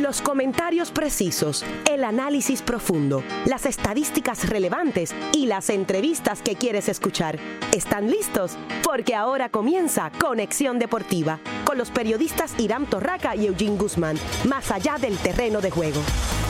Los comentarios precisos, el análisis profundo, las estadísticas relevantes y las entrevistas que quieres escuchar. ¿Están listos? Porque ahora comienza Conexión Deportiva con los periodistas Irán Torraca y Eugene Guzmán, más allá del terreno de juego.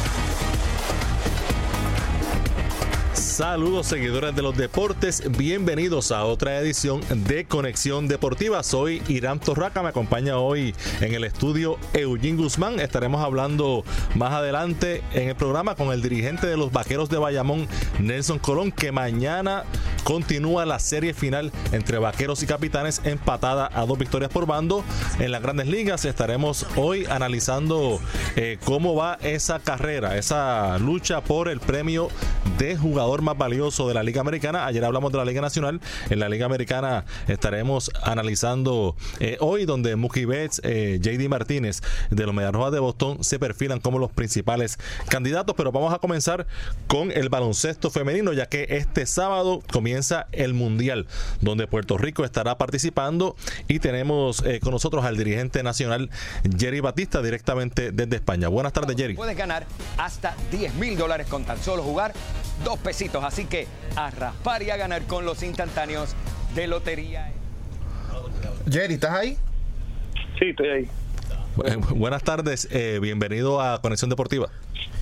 Saludos seguidores de los deportes, bienvenidos a otra edición de Conexión Deportiva. Soy Irán Torraca, me acompaña hoy en el estudio Eugene Guzmán. Estaremos hablando más adelante en el programa con el dirigente de los Vaqueros de Bayamón, Nelson Colón, que mañana continúa la serie final entre Vaqueros y Capitanes, empatada a 2 victorias por bando en las Grandes Ligas. Estaremos hoy analizando cómo va esa carrera, esa lucha por el premio de jugador más valioso de la Liga Americana. Ayer hablamos de la Liga Nacional. En la Liga Americana estaremos analizando hoy, donde Mookie Betts, J.D. Martínez de los Medias Rojas de Boston se perfilan como los principales candidatos. Pero vamos a comenzar con el baloncesto femenino, ya que este sábado comienza el Mundial, donde Puerto Rico estará participando, y tenemos con nosotros al dirigente nacional Jerry Batista directamente desde España. Buenas tardes, Jerry. Puedes ganar hasta $10,000 con tan solo jugar 2 pesitos, así que a raspar y a ganar con los instantáneos de Lotería. Jerry, ¿estás ahí? Sí, estoy ahí. Buenas tardes, bienvenido a Conexión Deportiva.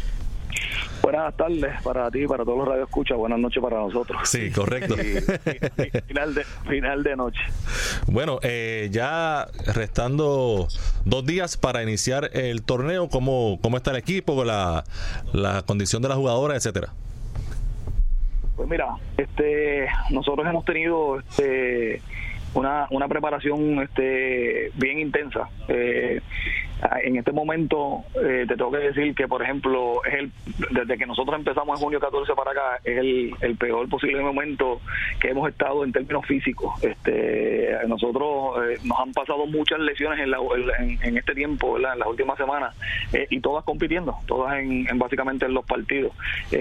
Buenas tardes para ti, para todos los radioescuchas. Buenas noches para nosotros. Sí, correcto. Final de noche. Bueno, ya restando 2 días para iniciar el torneo, ¿cómo está el equipo, la condición de las jugadoras, etcétera? Pues mira, nosotros hemos tenido una preparación bien intensa. En este momento te tengo que decir que, por ejemplo, desde que nosotros empezamos en junio 14 para acá, es el peor posible momento que hemos estado en términos físicos. Nosotros nos han pasado muchas lesiones en este tiempo, ¿verdad? En las últimas semanas, y todas compitiendo, todas en básicamente en los partidos.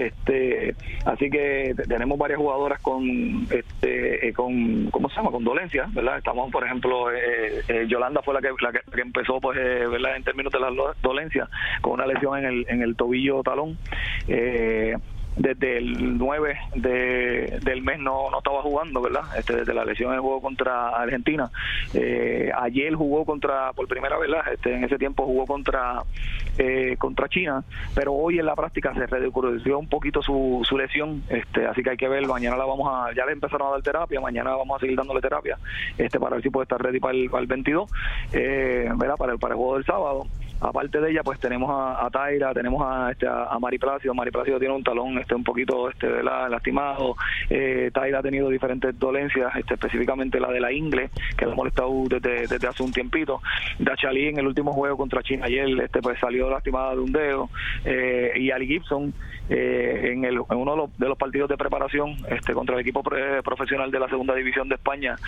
Así que tenemos varias jugadoras con ¿cómo se llama? Con dolencias, ¿verdad? Estamos, por ejemplo, Yolanda fue la que empezó, pues, ¿verdad? En términos de las dolencias, con una lesión en el tobillo talón. Desde el 9 del mes no estaba jugando, ¿verdad? Desde la lesión en el juego contra Argentina. Ayer jugó por primera vez, ¿verdad? En ese tiempo jugó contra China, pero hoy en la práctica se redució un poquito su lesión, así que hay que verlo. Mañana ya le empezaron a dar terapia, mañana vamos a seguir dándole terapia, para ver si puede estar ready para el 22, ¿verdad? Para el juego del sábado. Aparte de ella, pues tenemos a Taira, tenemos a Mari Plácido. Mari Plácido tiene un talón un poquito lastimado. Taira ha tenido diferentes dolencias, específicamente la de la ingle, que le ha molestado desde hace un tiempito. Dachalí en el último juego contra China ayer pues salió lastimada de un dedo. Y Ali Gibson en uno de los partidos de preparación contra el equipo profesional de la segunda división de España,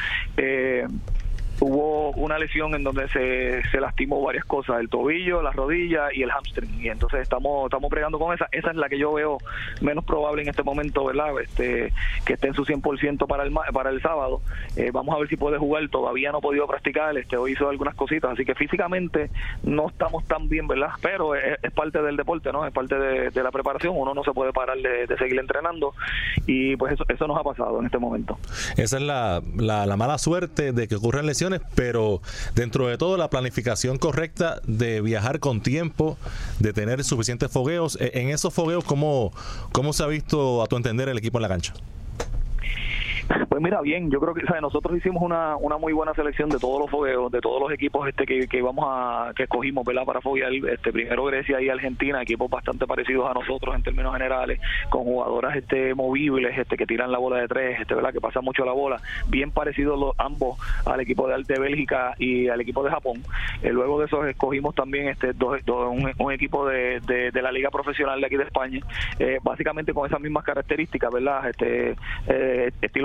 hubo una lesión en donde se lastimó varias cosas, el tobillo, la rodilla y el hamstring, y entonces estamos bregando con esa es la que yo veo menos probable en este momento, ¿verdad? Que esté en su 100% para el sábado. Vamos a ver si puede jugar. Todavía no ha podido practicar, hoy hizo algunas cositas, así que físicamente no estamos tan bien, ¿verdad? Pero es parte del deporte, ¿no? Es parte de la preparación. Uno no se puede parar de seguir entrenando, y pues eso nos ha pasado en este momento. Esa es la mala suerte de que ocurren lesiones, pero dentro de todo la planificación correcta de viajar con tiempo, de tener suficientes fogueos. En esos fogueos, ¿cómo se ha visto, a tu entender, el equipo en la cancha? Pues mira, bien, yo creo que nosotros hicimos una muy buena selección de todos los fogueos, de todos los equipos que escogimos, ¿verdad? Para foguear, primero Grecia y Argentina, equipos bastante parecidos a nosotros en términos generales, con jugadoras movibles, que tiran la bola de 3, ¿verdad? Que pasan mucho la bola, bien parecidos ambos al equipo de Bélgica y al equipo de Japón. Luego de eso escogimos también un equipo de la liga profesional de aquí de España, básicamente con esas mismas características, ¿verdad? Estilo de juego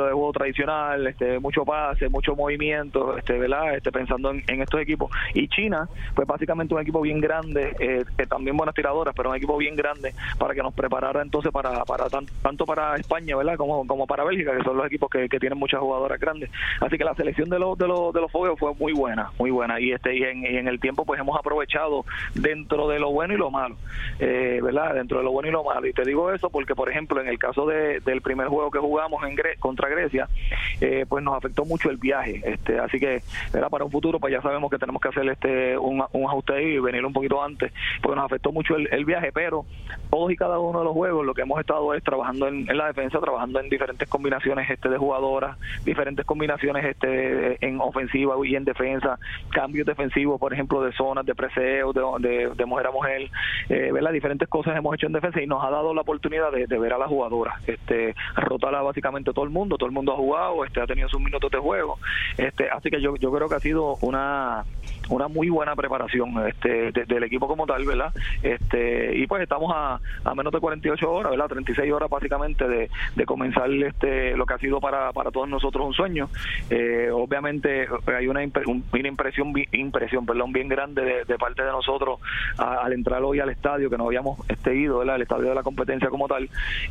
tradicional, mucho pase, mucho movimiento, ¿verdad? Pensando en estos equipos. Y China, pues básicamente un equipo bien grande, también buenas tiradoras, pero un equipo bien grande para que nos preparara entonces para tanto para España, ¿verdad? Como para Bélgica, que son los equipos que tienen muchas jugadoras grandes. Así que la selección de los fogueos fue muy buena. Y en el tiempo pues hemos aprovechado dentro de lo bueno y lo malo, ¿verdad? Dentro de lo bueno y lo malo. Y te digo eso porque, por ejemplo, en el caso del primer juego que jugamos contra Grecia, pues nos afectó mucho el viaje. Así que, ¿verdad? Para un futuro pues ya sabemos que tenemos que hacer un ajuste ahí y venir un poquito antes, porque nos afectó mucho el viaje, pero todos y cada uno de los juegos lo que hemos estado es trabajando en la defensa, trabajando en diferentes combinaciones de jugadoras, diferentes combinaciones en ofensiva y en defensa, cambios defensivos, por ejemplo, de zonas, de preseo, de mujer a mujer, ¿verdad? Diferentes cosas hemos hecho en defensa y nos ha dado la oportunidad de ver a las jugadoras, rotarla básicamente todo el mundo ha jugado, ha tenido sus minutos de juego, así que yo creo que ha sido una muy buena preparación del equipo como tal, ¿verdad? Y pues estamos a menos de 48 horas, ¿verdad? 36 horas básicamente de comenzar lo que ha sido para todos nosotros un sueño. Obviamente hay una impresión bien grande de parte de nosotros al entrar hoy al estadio, que no habíamos ido, ¿verdad? Al estadio de la competencia como tal,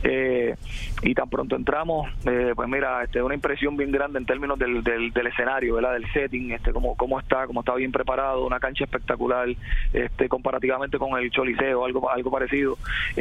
y tan pronto entramos, pues mira, una impresión bien grande en términos del escenario, ¿verdad? Del setting, cómo está bien preparado, una cancha espectacular, comparativamente con el Choliseo, algo parecido,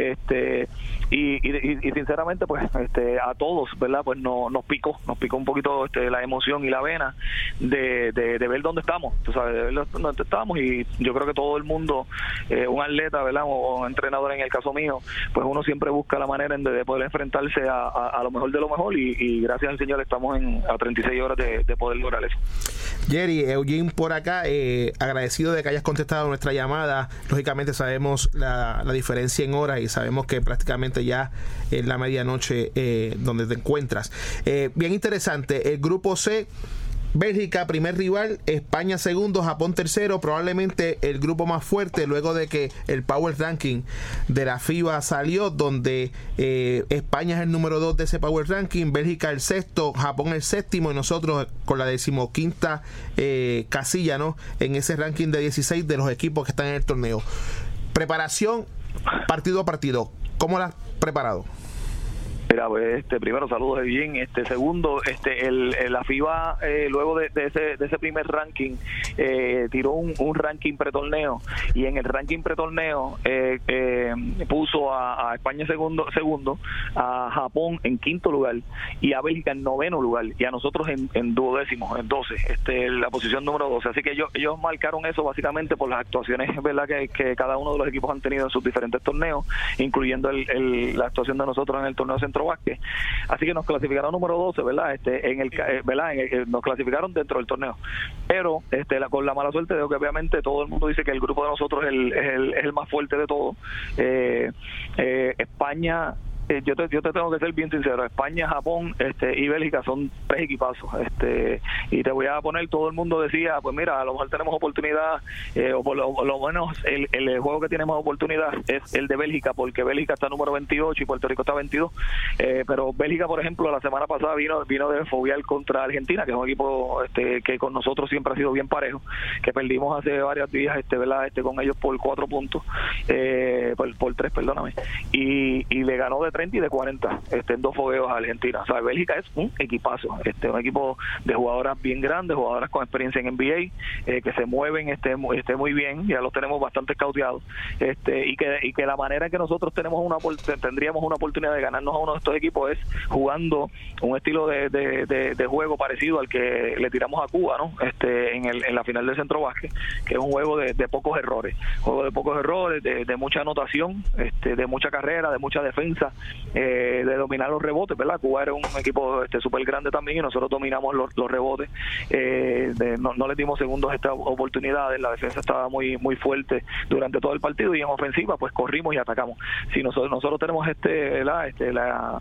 y sinceramente pues a todos, ¿verdad? Pues nos picó un poquito la emoción y la vena de ver dónde estamos, tú sabes, de ver dónde estamos. Y yo creo que todo el mundo, un atleta, ¿verdad? O entrenador, en el caso mío, pues uno siempre busca la manera de poder enfrentarse a lo mejor de lo mejor, y gracias al Señor estamos a 36 horas de poder lograr eso. Jerry, Eugene por acá, agradecido de que hayas contestado nuestra llamada. Lógicamente sabemos la diferencia en horas y sabemos que prácticamente ya es la medianoche donde te encuentras. Bien interesante, el grupo C: Bélgica primer rival, España segundo, Japón tercero, probablemente el grupo más fuerte luego de que el Power Ranking de la FIBA salió, donde España es el número 2 de ese Power Ranking, Bélgica el sexto, Japón el séptimo y nosotros con la 15ª casilla, ¿no? En ese ranking de 16 de los equipos que están en el torneo. Preparación partido a partido, ¿cómo la has preparado? Mira, pues, primero, saludos bien. Segundo, la FIBA, luego de ese primer ranking, tiró un ranking pretorneo, y en el ranking pretorneo puso a España segundo, a Japón en quinto lugar y a Bélgica en noveno lugar, y a nosotros en duodécimo, en 12, la posición número 12. Así que ellos marcaron eso básicamente por las actuaciones, ¿verdad?, que cada uno de los equipos han tenido en sus diferentes torneos, incluyendo la actuación de nosotros en el torneo Centro Básquet. Así que nos clasificaron número 12, ¿verdad? Nos clasificaron dentro del torneo. Pero con la mala suerte de que obviamente todo el mundo dice que el grupo de nosotros es el más fuerte de todos. España, yo te tengo que ser bien sincero, España, Japón y Bélgica son tres equipazos, y te voy a poner, todo el mundo decía, pues mira, a lo mejor tenemos oportunidad, o por lo menos el juego que tenemos oportunidad es el de Bélgica, porque Bélgica está número 28 y Puerto Rico está 22, pero Bélgica, por ejemplo, la semana pasada vino de foguear contra Argentina, que es un equipo que con nosotros siempre ha sido bien parejo, que perdimos hace varios días, ¿verdad? Con ellos por 4 puntos, por 3, perdóname, y le ganó de 30 y de 40 en 2 fogueos a Argentina. O sea, Bélgica es un equipazo, un equipo de jugadoras bien grandes, jugadoras con experiencia en NBA, que se mueven muy bien, ya los tenemos bastante cauteados, y que la manera en que nosotros tendríamos una oportunidad de ganarnos a uno de estos equipos es jugando un estilo de juego parecido al que le tiramos a Cuba, ¿no? En la final del Centro Básquet, que es un juego de pocos errores, de mucha anotación, de mucha carrera, de mucha defensa, de dominar los rebotes, ¿verdad? Cuba era un equipo súper grande también, y nosotros dominamos los rebotes, no les dimos segundos estas oportunidades, la defensa estaba muy fuerte durante todo el partido, y en ofensiva pues corrimos y atacamos. Si nosotros tenemos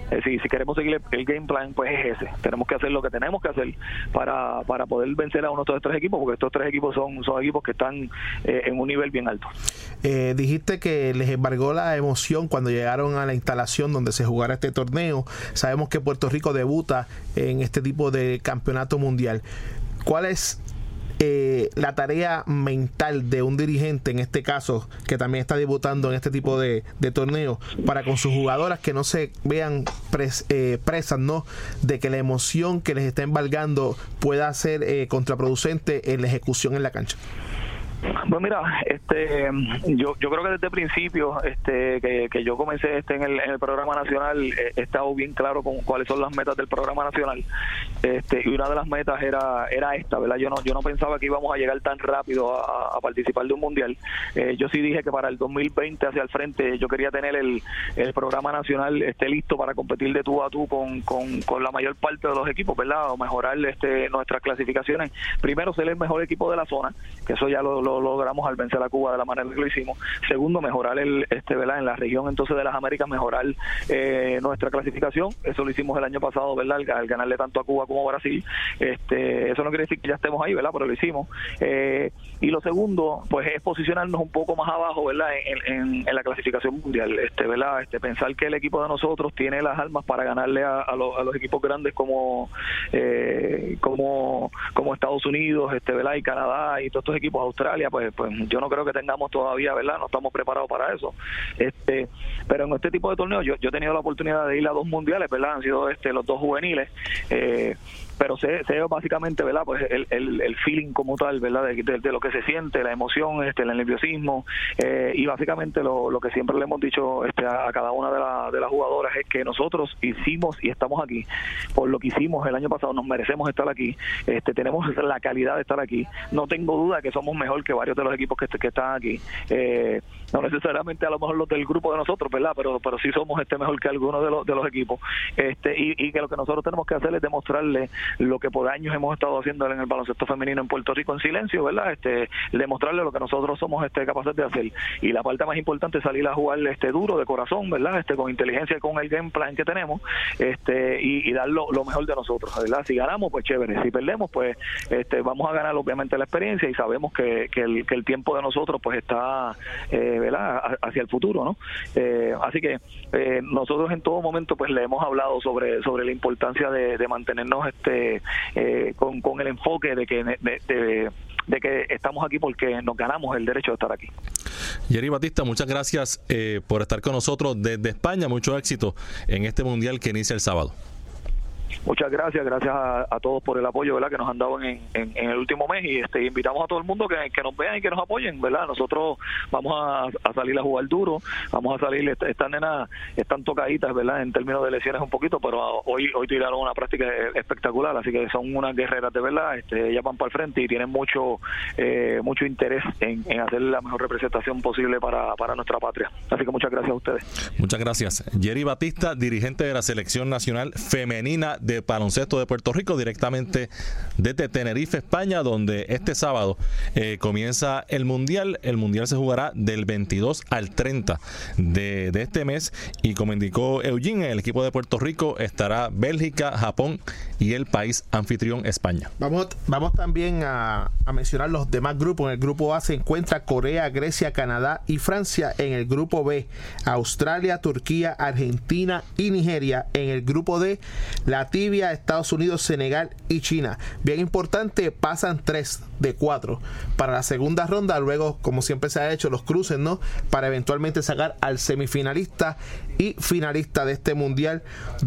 si queremos seguir el game plan, pues es ese. Tenemos que hacer lo que tenemos que hacer para poder vencer a uno de estos 3 equipos, porque estos 3 equipos son equipos que están en un nivel bien alto. Dijiste que les embargó la emoción cuando llegaron a la instalación donde se jugara este torneo. Sabemos que Puerto Rico debuta en este tipo de campeonato mundial. ¿Cuál es la tarea mental de un dirigente, en este caso, que también está debutando en este tipo de torneo, para con sus jugadoras que no se vean presas, ¿no?, de que la emoción que les está embargando pueda ser contraproducente en la ejecución en la cancha? Pues mira, yo creo que desde el principio que yo comencé en el programa nacional he estado bien claro con cuáles son las metas del programa nacional, y una de las metas era esta, ¿verdad? Yo no pensaba que íbamos a llegar tan rápido a participar de un mundial. Yo sí dije que para el 2020 hacia el frente yo quería tener el programa nacional listo para competir de tú a tú con la mayor parte de los equipos, ¿verdad? O mejorar nuestras clasificaciones. Primero, ser el mejor equipo de la zona, que eso ya lo logramos al vencer a Cuba de la manera que lo hicimos. Segundo, mejorar ¿verdad? En la región entonces de las Américas, mejorar nuestra clasificación. Eso lo hicimos el año pasado, ¿verdad? Al ganarle tanto a Cuba como a Brasil. Eso no quiere decir que ya estemos ahí, ¿verdad? Pero lo hicimos. Y lo segundo, pues es posicionarnos un poco más abajo, ¿verdad? En la clasificación mundial, ¿verdad? Pensar que el equipo de nosotros tiene las armas para ganarle a los equipos grandes como Estados Unidos, ¿verdad? Y Canadá y todos estos equipos, Australia, pues yo no creo que tengamos todavía, ¿verdad? No estamos preparados para eso. Pero en este tipo de torneos yo he tenido la oportunidad de ir a 2 mundiales, ¿verdad? Han sido los 2 juveniles. Pero sé básicamente, ¿verdad? Pues el feeling como tal, ¿verdad? De lo que se siente, la emoción, el nerviosismo, y básicamente lo que siempre le hemos dicho a cada una de las jugadoras es que nosotros hicimos y estamos aquí por lo que hicimos el año pasado, nos merecemos estar aquí, tenemos la calidad de estar aquí. No tengo duda que somos mejor que varios de los equipos que están aquí. No necesariamente a lo mejor los del grupo de nosotros, ¿verdad? Pero sí somos mejor que algunos de los equipos. Y que lo que nosotros tenemos que hacer es demostrarle lo que por años hemos estado haciendo en el baloncesto femenino en Puerto Rico en silencio, ¿verdad? Demostrarle lo que nosotros somos capaces de hacer. Y la parte más importante es salir a jugar duro, de corazón, ¿verdad? Con inteligencia, con el game plan que tenemos, y dar lo mejor de nosotros, ¿verdad? Si ganamos, pues chévere. Si perdemos, pues vamos a ganar obviamente la experiencia, y sabemos que el tiempo de nosotros pues está ¿verdad? Hacia el futuro, ¿no? Así que nosotros en todo momento pues le hemos hablado sobre la importancia de mantenernos con el enfoque de que estamos aquí porque nos ganamos el derecho de estar aquí. Jerry Batista, muchas gracias por estar con nosotros desde España. Mucho éxito en este mundial que inicia el sábado. Muchas gracias a todos por el apoyo, ¿verdad?, que nos han dado en el último mes, y invitamos a todo el mundo que nos vean y que nos apoyen, ¿verdad? Nosotros vamos a salir a jugar duro, vamos a salir, estas nenas están tocaditas, ¿verdad?, en términos de lesiones un poquito, pero hoy tiraron una práctica espectacular, así que son unas guerreras de verdad, ellas van para el frente y tienen mucho interés en hacer la mejor representación posible para nuestra patria. Así que muchas gracias a ustedes. Muchas gracias. Jerry Batista, dirigente de la Selección Nacional Femenina de Baloncesto de Puerto Rico, directamente desde Tenerife, España, donde este sábado comienza el Mundial. El Mundial se jugará del 22 al 30 de este mes, y como indicó Eugene, en el equipo de Puerto Rico estará Bélgica, Japón y el país anfitrión, España. Vamos también a mencionar los demás grupos. En el grupo A se encuentra Corea, Grecia, Canadá y Francia. En el grupo B, Australia, Turquía, Argentina y Nigeria. En el grupo D, la tibia, Estados Unidos, Senegal y China. Bien importante, pasan 3 de 4 para la segunda ronda. Luego, como siempre se ha hecho, los cruces, ¿no?, para eventualmente sacar al semifinalista y finalista de este Mundial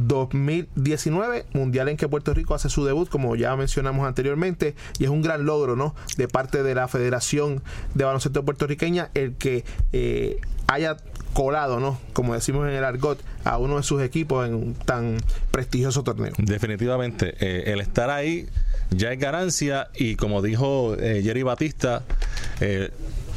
2019, Mundial en que Puerto Rico hace su debut, como ya mencionamos anteriormente, y es un gran logro, ¿no?, de parte de la Federación de Baloncesto Puertorriqueña el que haya colado, ¿no?, como decimos en el argot, a uno de sus equipos en un tan prestigioso torneo. Definitivamente, el estar ahí ya es ganancia, y como dijo Jerry Batista,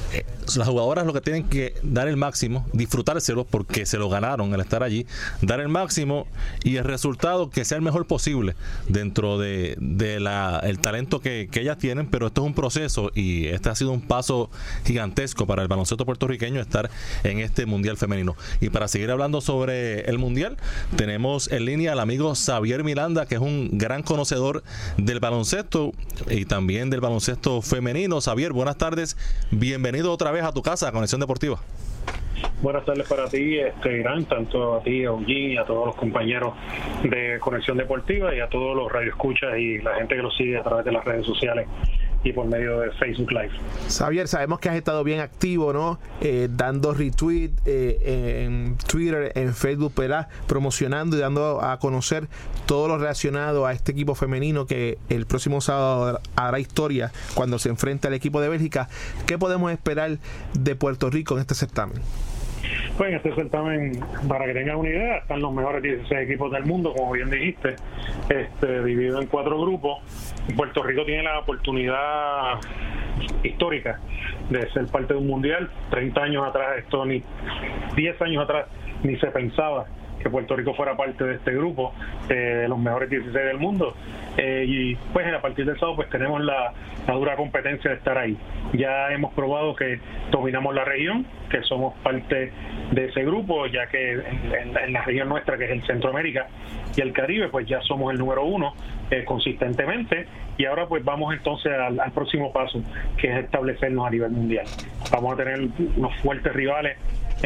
las jugadoras lo que tienen que dar el máximo, disfrutárselo porque se lo ganaron al estar allí, dar el máximo y el resultado que sea el mejor posible dentro de el talento que ellas tienen, pero esto es un proceso y este ha sido un paso gigantesco para el baloncesto puertorriqueño estar en este Mundial Femenino. Y para seguir hablando sobre el Mundial, tenemos en línea al amigo Xavier Miranda, que es un gran conocedor del baloncesto y también del baloncesto femenino. Xavier, buenas tardes, bienvenido otra vez a tu casa, Conexión Deportiva. Buenas tardes para ti, Irán, tanto a ti, a Eugene, y a todos los compañeros de Conexión Deportiva y a todos los radioescuchas y la gente que los sigue a través de las redes sociales y por medio de Facebook Live. Xavier, sabemos que has estado bien activo, ¿no? Dando retweet en Twitter, en Facebook, ¿verdad? Promocionando y dando a conocer todo lo relacionado a este equipo femenino que el próximo sábado hará historia cuando se enfrente al equipo de Bélgica. ¿Qué podemos esperar de Puerto Rico en este certamen? Pues en este certamen, para que tengan una idea, están los mejores 16 equipos del mundo, como bien dijiste, dividido en 4 grupos. Puerto Rico tiene la oportunidad histórica de ser parte de un mundial. 30 años atrás, 10 años atrás, ni se pensaba que Puerto Rico fuera parte de este grupo, los mejores 16 del mundo. Y pues a partir del sábado pues tenemos la dura competencia de estar ahí. Ya hemos probado que dominamos la región, que somos parte de ese grupo, ya que en la región nuestra, que es el Centroamérica y el Caribe, pues ya somos el número 1 consistentemente, y ahora pues vamos entonces al próximo paso, que es establecernos a nivel mundial. Vamos a tener unos fuertes rivales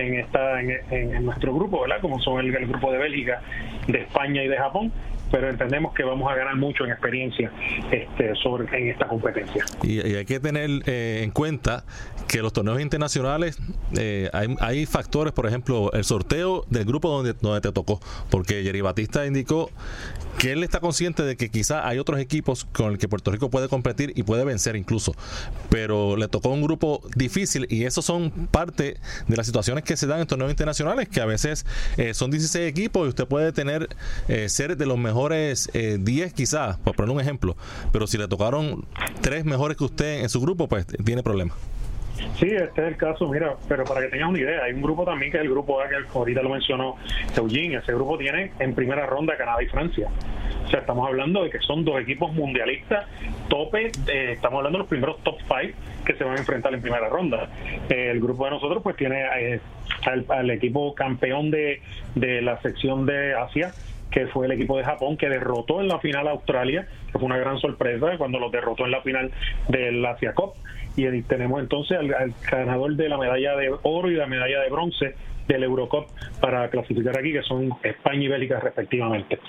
en nuestro grupo, ¿verdad? Como son el grupo de Bélgica, de España y de Japón, pero entendemos que vamos a ganar mucho en experiencia en esta competencia. Y hay que tener en cuenta que los torneos internacionales hay factores, por ejemplo, el sorteo del grupo donde te tocó, porque Jerry Batista indicó que él está consciente de que quizá hay otros equipos con el que Puerto Rico puede competir y puede vencer incluso, pero le tocó un grupo difícil, y esos son parte de las situaciones que se dan en torneos internacionales, que a veces son 16 equipos y usted puede tener ser de los mejores 10 quizás, por poner un ejemplo, pero si le tocaron 3 mejores que usted en su grupo, pues tiene problemas. Sí, este es el caso, mira, pero para que tengas una idea, hay un grupo también que es el grupo A, que ahorita lo mencionó Eugene. Ese grupo tiene en primera ronda Canadá y Francia. O sea, estamos hablando de que son 2 equipos mundialistas tope, estamos hablando de los primeros top 5 que se van a enfrentar en primera ronda. El grupo de nosotros pues tiene al equipo campeón de la sección de Asia, que fue el equipo de Japón, que derrotó en la final a Australia, que fue una gran sorpresa cuando los derrotó en la final del Asia Cup. Y tenemos entonces al ganador de la medalla de oro y la medalla de bronce del Eurocup para clasificar aquí, que son España y Bélgica respectivamente.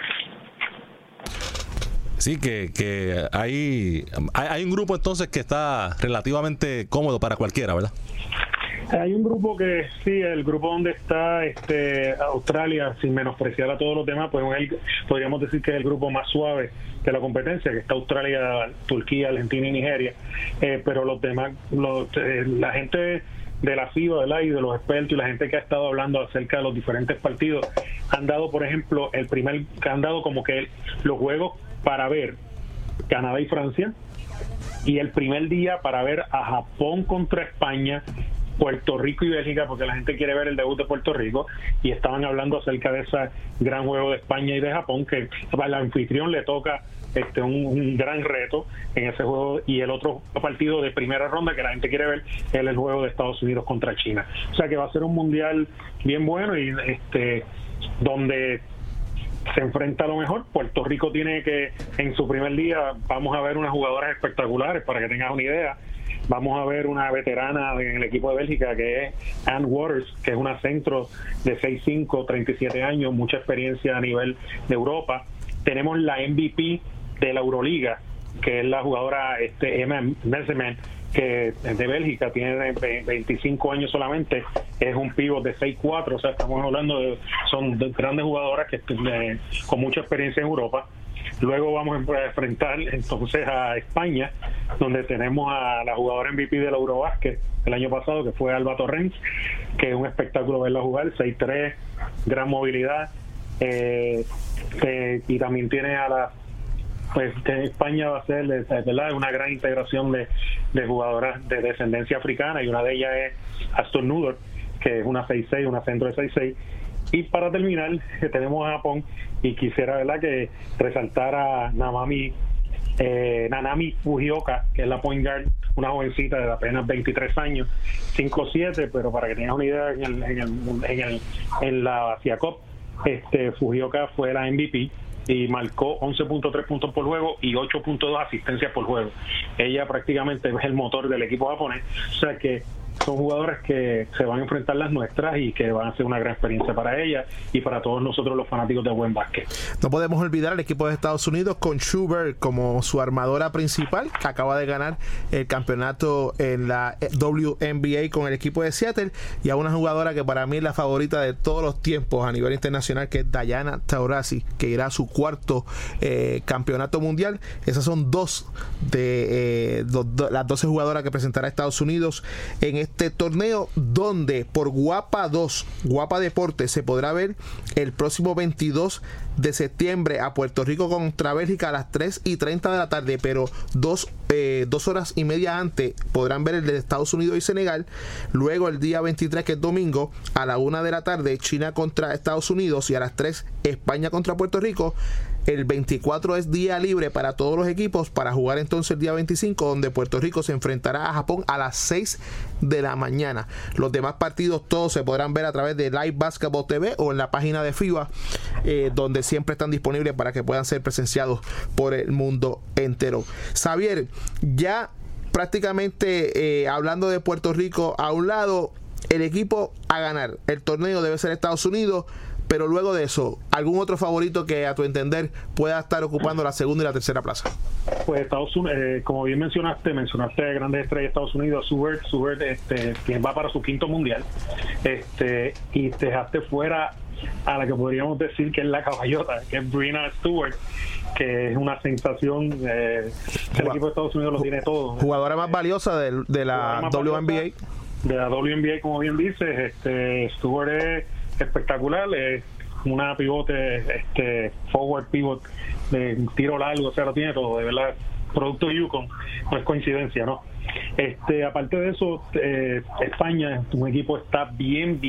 Sí, que hay un grupo entonces que está relativamente cómodo para cualquiera, ¿verdad? Hay un grupo que sí, el grupo donde está Australia, sin menospreciar a todos los demás, pues podríamos decir que es el grupo más suave de la competencia, que está Australia, Turquía, Argentina y Nigeria, pero los demás, la gente de la FIBA, ¿verdad? Y de los expertos y la gente que ha estado hablando acerca de los diferentes partidos han dado, por ejemplo, han dado como que los juegos para ver Canadá y Francia, y el primer día para ver a Japón contra España, Puerto Rico y Bélgica, porque la gente quiere ver el debut de Puerto Rico, y estaban hablando acerca de ese gran juego de España y de Japón, que al anfitrión le toca un gran reto en ese juego, y el otro partido de primera ronda que la gente quiere ver es el juego de Estados Unidos contra China. O sea que va a ser un mundial bien bueno, y donde se enfrenta a lo mejor. Puerto Rico tiene que, en su primer día, vamos a ver unas jugadoras espectaculares, para que tengas una idea. Vamos a ver una veterana en el equipo de Bélgica, que es Ann Waters, que es una centro de 6'5", 37 años, mucha experiencia a nivel de Europa. Tenemos la MVP de la Euroliga, que es la jugadora Emma Messeman, que es de Bélgica, tiene 25 años solamente, es un pívot de 6'4", o sea, estamos hablando son grandes jugadoras que con mucha experiencia en Europa. Luego vamos a enfrentar entonces a España, donde tenemos a la jugadora MVP del Eurobásquet el año pasado, que fue Alba Torrens, que es un espectáculo verla jugar, 6'3", gran movilidad, y también tiene a pues España va a ser, ¿verdad?, una gran integración de jugadoras de descendencia africana, y una de ellas es Aston Nudor, que es una 6'6", una centro de 6'6". Y para terminar, tenemos a Japón, y quisiera, ¿verdad?, que resaltar a Nanami Fujioka, que es la point guard, una jovencita de apenas 23 años, 5'7", pero para que tengas una idea, en la Asia Cup, Fujioka fue la MVP y marcó 11.3 puntos por juego y 8.2 asistencias por juego. Ella prácticamente es el motor del equipo japonés, o sea que son jugadores que se van a enfrentar las nuestras y que van a ser una gran experiencia para ellas y para todos nosotros los fanáticos de buen básquet. No podemos olvidar al equipo de Estados Unidos con Schubert como su armadora principal, que acaba de ganar el campeonato en la WNBA con el equipo de Seattle, y a una jugadora que para mí es la favorita de todos los tiempos a nivel internacional, que es Diana Taurasi, que irá a su cuarto campeonato mundial. Esas son dos de las 12 jugadoras que presentará Estados Unidos en este torneo, donde por Guapa 2, Guapa Deportes, se podrá ver el próximo 22 de septiembre a Puerto Rico contra Bélgica a las 3:30 de la tarde, pero 2 horas y media antes podrán ver el de Estados Unidos y Senegal. Luego el día 23, que es domingo, a la 1 de la tarde China contra Estados Unidos, y a las 3 España contra Puerto Rico. El 24 es día libre para todos los equipos para jugar entonces el día 25, donde Puerto Rico se enfrentará a Japón a las 6 de la mañana. Los demás partidos todos se podrán ver a través de Live Basketball TV o en la página de FIBA, donde siempre están disponibles para que puedan ser presenciados por el mundo entero. Xavier, ya prácticamente hablando de Puerto Rico a un lado, el equipo a ganar el torneo debe ser Estados Unidos. Pero luego de eso, ¿algún otro favorito que a tu entender pueda estar ocupando la segunda y la tercera plaza? Pues Estados Unidos, como bien mencionaste grandes estrellas de Estados Unidos. Schubert, quien va para su quinto mundial, y dejaste fuera a la que podríamos decir que es la caballota, que es Breanna Stewart, que es una sensación. El equipo de Estados Unidos lo tiene todo. Jugadora más valiosa de la WNBA. De la WNBA, como bien dices, Stewart es espectacular, es una pivote, forward pivot de tiro largo, o sea, lo tiene todo, de verdad, producto de UConn, no es coincidencia, ¿no? Aparte de eso, España, un equipo está bien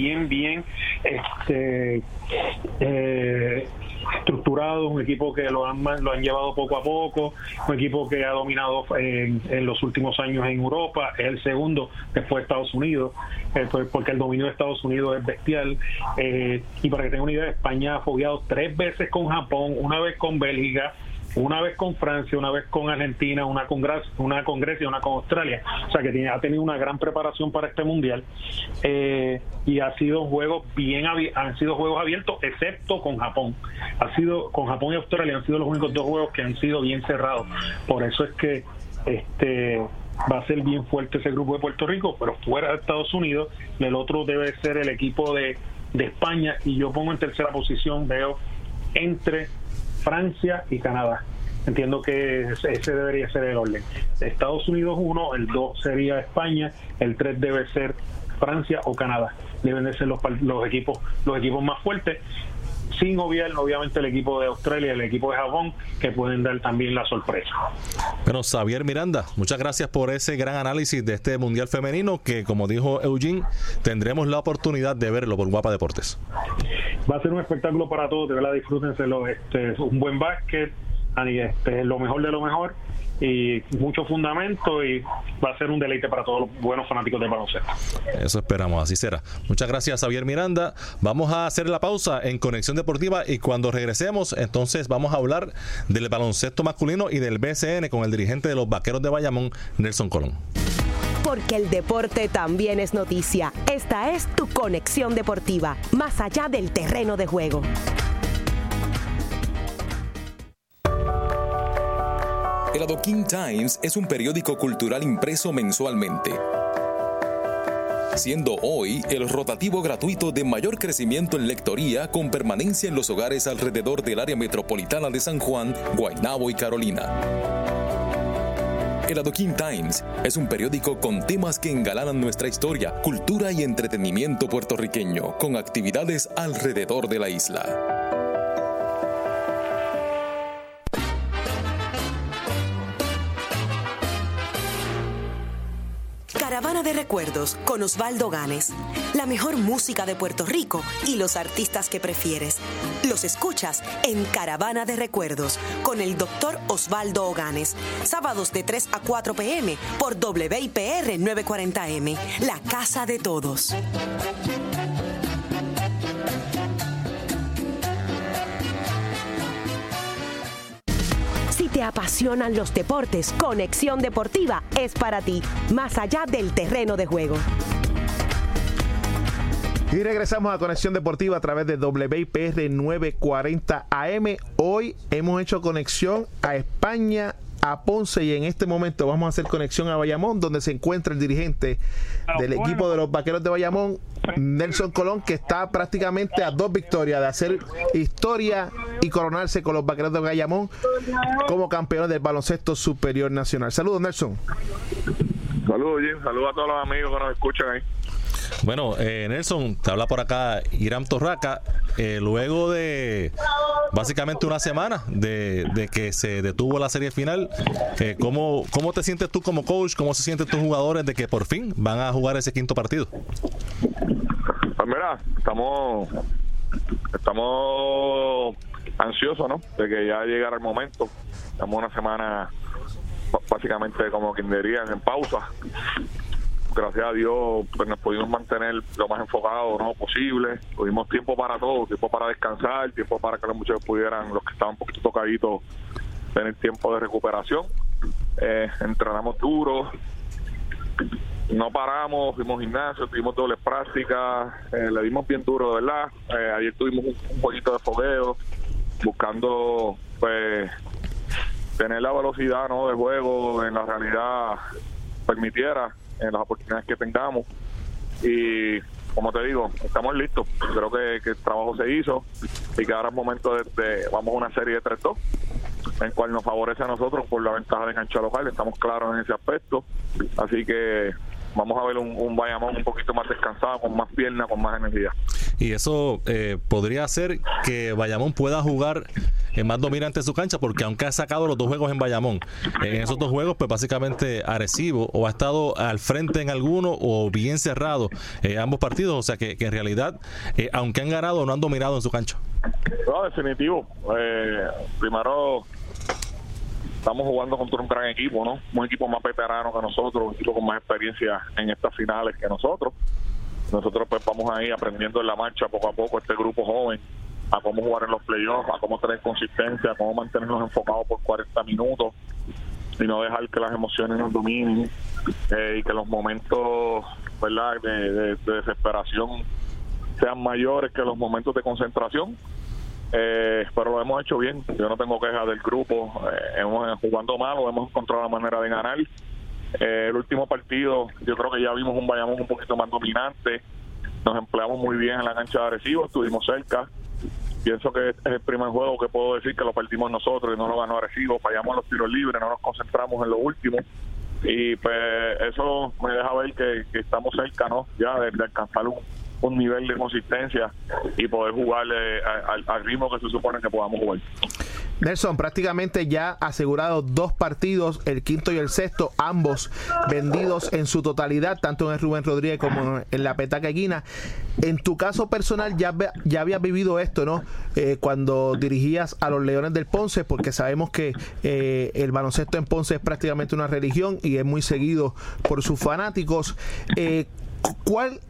estructurado, un equipo que lo han llevado poco a poco, un equipo que ha dominado en los últimos años en Europa, es el segundo después de Estados Unidos, porque el dominio de Estados Unidos es bestial, y para que tengan una idea, España ha fogueado 3 veces con Japón, una vez con Bélgica, una vez con Francia, una vez con Argentina, una con Grecia y una con Australia. O sea que ha tenido una gran preparación para este mundial, y han sido juegos abiertos, excepto con Japón. Con Japón y Australia han sido los únicos 2 juegos que han sido bien cerrados. Por eso es que va a ser bien fuerte ese grupo de Puerto Rico, pero fuera de Estados Unidos, el otro debe ser el equipo de España, y yo pongo en tercera posición, veo entre Francia y Canadá. Entiendo que ese debería ser el orden. Estados Unidos 1, el 2 sería España, el 3 debe ser Francia o Canadá. Deben de ser los equipos más fuertes, sin obviar obviamente el equipo de Australia y el equipo de Japón, que pueden dar también la sorpresa. Bueno, Xavier Miranda, muchas gracias por ese gran análisis de este Mundial Femenino, que como dijo Eugene, tendremos la oportunidad de verlo por Guapa Deportes. Va a ser un espectáculo para todos, de verdad, disfrútenselo, un buen básquet, lo mejor de lo mejor, y mucho fundamento, y va a ser un deleite para todos los buenos fanáticos del baloncesto. Eso esperamos, así será. Muchas gracias, Xavier Miranda. Vamos a hacer la pausa en Conexión Deportiva, y cuando regresemos, entonces vamos a hablar del baloncesto masculino y del BCN con el dirigente de los Vaqueros de Bayamón, Nelson Colón. Porque el deporte también es noticia. Esta es tu Conexión Deportiva, más allá del terreno de juego. El Adoquin Times es un periódico cultural impreso mensualmente, siendo hoy el rotativo gratuito de mayor crecimiento en lectoría, con permanencia en los hogares alrededor del área metropolitana de San Juan, Guaynabo y Carolina. El Adoquin Times es un periódico con temas que engalanan nuestra historia, cultura y entretenimiento puertorriqueño, con actividades alrededor de la isla. Caravana de Recuerdos con Osvaldo Ganes. La mejor música de Puerto Rico y los artistas que prefieres. Los escuchas en Caravana de Recuerdos con el Dr. Osvaldo Oganes. Sábados de 3 a 4 p.m. por WIPR 940M. La casa de todos. Si te apasionan los deportes, Conexión Deportiva es para ti, más allá del terreno de juego. Y regresamos a Conexión Deportiva a través de WIPR 940 AM. Hoy hemos hecho conexión a España, a Ponce, y en este momento vamos a hacer conexión a Bayamón, donde se encuentra el dirigente del equipo de los Vaqueros de Bayamón, Nelson Colón, que está prácticamente a 2 victorias de hacer historia y coronarse con los Vaqueros de Bayamón como campeones del baloncesto superior nacional. Saludos, Nelson. Saludos, Jim. Saludos a todos los amigos que nos escuchan ahí. Bueno, Nelson, te habla por acá Hiram Torraca. Luego de básicamente una semana de que se detuvo la serie final, ¿cómo te sientes tú como coach? ¿Cómo se sienten tus jugadores de que por fin van a jugar ese quinto partido? Pues mira, estamos ansiosos, ¿no? De que ya llegara el momento. Estamos una semana básicamente, como quien diría, en pausa. Gracias a Dios pues nos pudimos mantener lo más enfocado, ¿no?, posible. Tuvimos tiempo para todo, tiempo para descansar, tiempo para que los muchachos pudieran, los que estaban un poquito tocaditos, tener tiempo de recuperación. Entrenamos duro, no paramos, fuimos gimnasio, tuvimos dobles prácticas, le dimos bien duro, de verdad. Ayer tuvimos un poquito de fogueo, buscando pues tener la velocidad, ¿no?, de juego en la realidad permitiera, en las oportunidades que tengamos. Y como te digo, estamos listos. Creo que el trabajo se hizo y que ahora es momento de vamos a una serie de 3-2, en cual nos favorece a nosotros por la ventaja de cancha local. Estamos claros en ese aspecto, así que vamos a ver un Bayamón un poquito más descansado, con más pierna, con más energía. Y eso podría hacer que Bayamón pueda jugar más dominante en su cancha, porque aunque ha sacado los 2 juegos en Bayamón, en esos 2 juegos pues básicamente Arecibo o ha estado al frente en alguno o bien cerrado ambos partidos, o sea que en realidad aunque han ganado, no han dominado en su cancha. No, definitivo. Primero estamos jugando contra un gran equipo, ¿no? Un equipo más veterano que nosotros, un equipo con más experiencia en estas finales que nosotros. Nosotros pues vamos ahí aprendiendo en la marcha poco a poco, este grupo joven, a cómo jugar en los playoffs, a cómo tener consistencia, a cómo mantenernos enfocados por 40 minutos y no dejar que las emociones nos dominen, y que los momentos, ¿verdad?, de desesperación sean mayores que los momentos de concentración. Pero lo hemos hecho bien. Yo no tengo quejas del grupo. Hemos jugando malo, hemos encontrado la manera de ganar. El último partido yo creo que ya vimos un Bayamón un poquito más dominante, nos empleamos muy bien en la cancha de Arecibo, estuvimos cerca. Pienso que es el primer juego que puedo decir que lo perdimos nosotros y no lo ganó Arecibo. Fallamos los tiros libres, no nos concentramos en lo último, y pues eso me deja ver que estamos cerca, ¿no?, ya de alcanzar un nivel de consistencia y poder jugarle al ritmo que se supone que podamos jugar. Nelson, prácticamente ya asegurado 2 partidos, el quinto y el sexto, ambos vendidos en su totalidad, tanto en el Rubén Rodríguez como en la Petaca Equina. En tu caso personal ya habías vivido esto, ¿no? Cuando dirigías a los Leones del Ponce, porque sabemos que el baloncesto en Ponce es prácticamente una religión y es muy seguido por sus fanáticos. ¿Cuál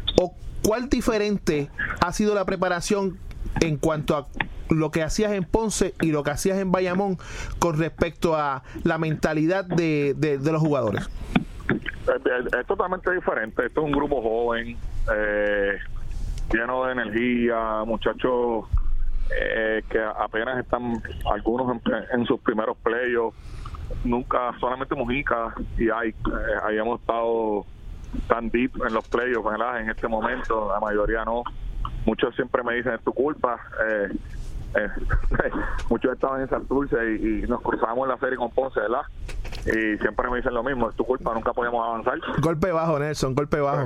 diferente ha sido la preparación en cuanto a lo que hacías en Ponce y lo que hacías en Bayamón con respecto a la mentalidad de los jugadores? Es totalmente diferente. Esto es un grupo joven, lleno de energía, muchachos que apenas están algunos en sus primeros playoffs. Nunca, solamente Mujica y hayamos estado tan deep en los playoffs, ¿verdad?, en este momento. La mayoría no. Muchos siempre me dicen, es tu culpa. Muchos estaban en Santurce y nos cruzamos en la serie con Ponce, ¿verdad? Y siempre me dicen lo mismo, es tu culpa, nunca podíamos avanzar. Golpe bajo, Nelson, golpe bajo.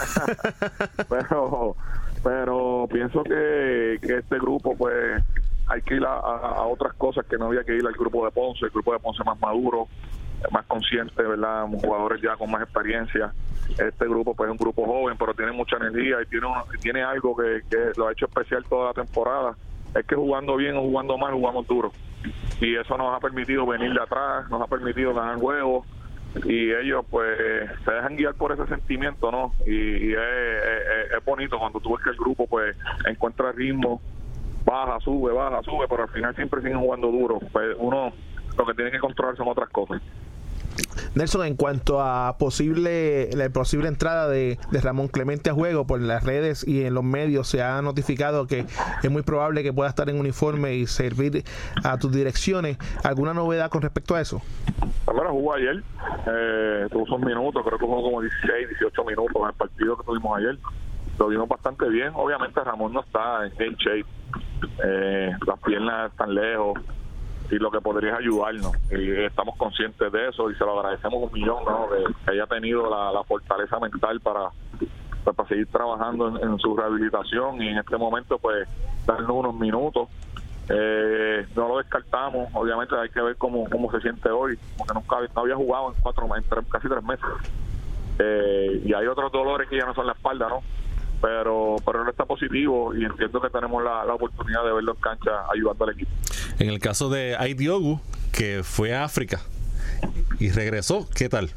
pero pienso que este grupo pues hay que ir a otras cosas que no había que ir al grupo de Ponce. El grupo de Ponce más maduro, más conscientes, ¿verdad? Jugadores ya con más experiencia. Este grupo pues es un grupo joven, pero tiene mucha energía y tiene algo que lo ha hecho especial toda la temporada. Es que jugando bien o jugando mal, jugamos duro. Y eso nos ha permitido venir de atrás, nos ha permitido ganar juegos. Y ellos pues se dejan guiar por ese sentimiento, ¿no? Y es bonito cuando tú ves que el grupo pues encuentra ritmo, baja, sube, pero al final siempre siguen jugando duro. Pues uno lo que tiene que controlar son otras cosas. Nelson, en cuanto a la posible entrada de Ramón Clemente a juego, por las redes y en los medios se ha notificado que es muy probable que pueda estar en uniforme y servir a tus direcciones. ¿Alguna novedad con respecto a eso? Bueno, jugó ayer, tuvo sus minutos, creo que jugó como 16, 18 minutos en el partido que tuvimos ayer. Lo vimos bastante bien. Obviamente Ramón no está en shape, las piernas están lejos y lo que podría es ayudarnos, y estamos conscientes de eso y se lo agradecemos 1,000,000, ¿no? Que haya tenido la fortaleza mental para seguir trabajando en su rehabilitación y en este momento pues darnos unos minutos. No lo descartamos, obviamente hay que ver cómo se siente hoy, porque no había jugado en casi 3 meses, y hay otros dolores que ya no son la espalda, ¿no? Pero él está positivo y entiendo que tenemos la oportunidad de verlo en cancha ayudando al equipo. En el caso de Aidiogu, que fue a África y regresó, ¿qué tal?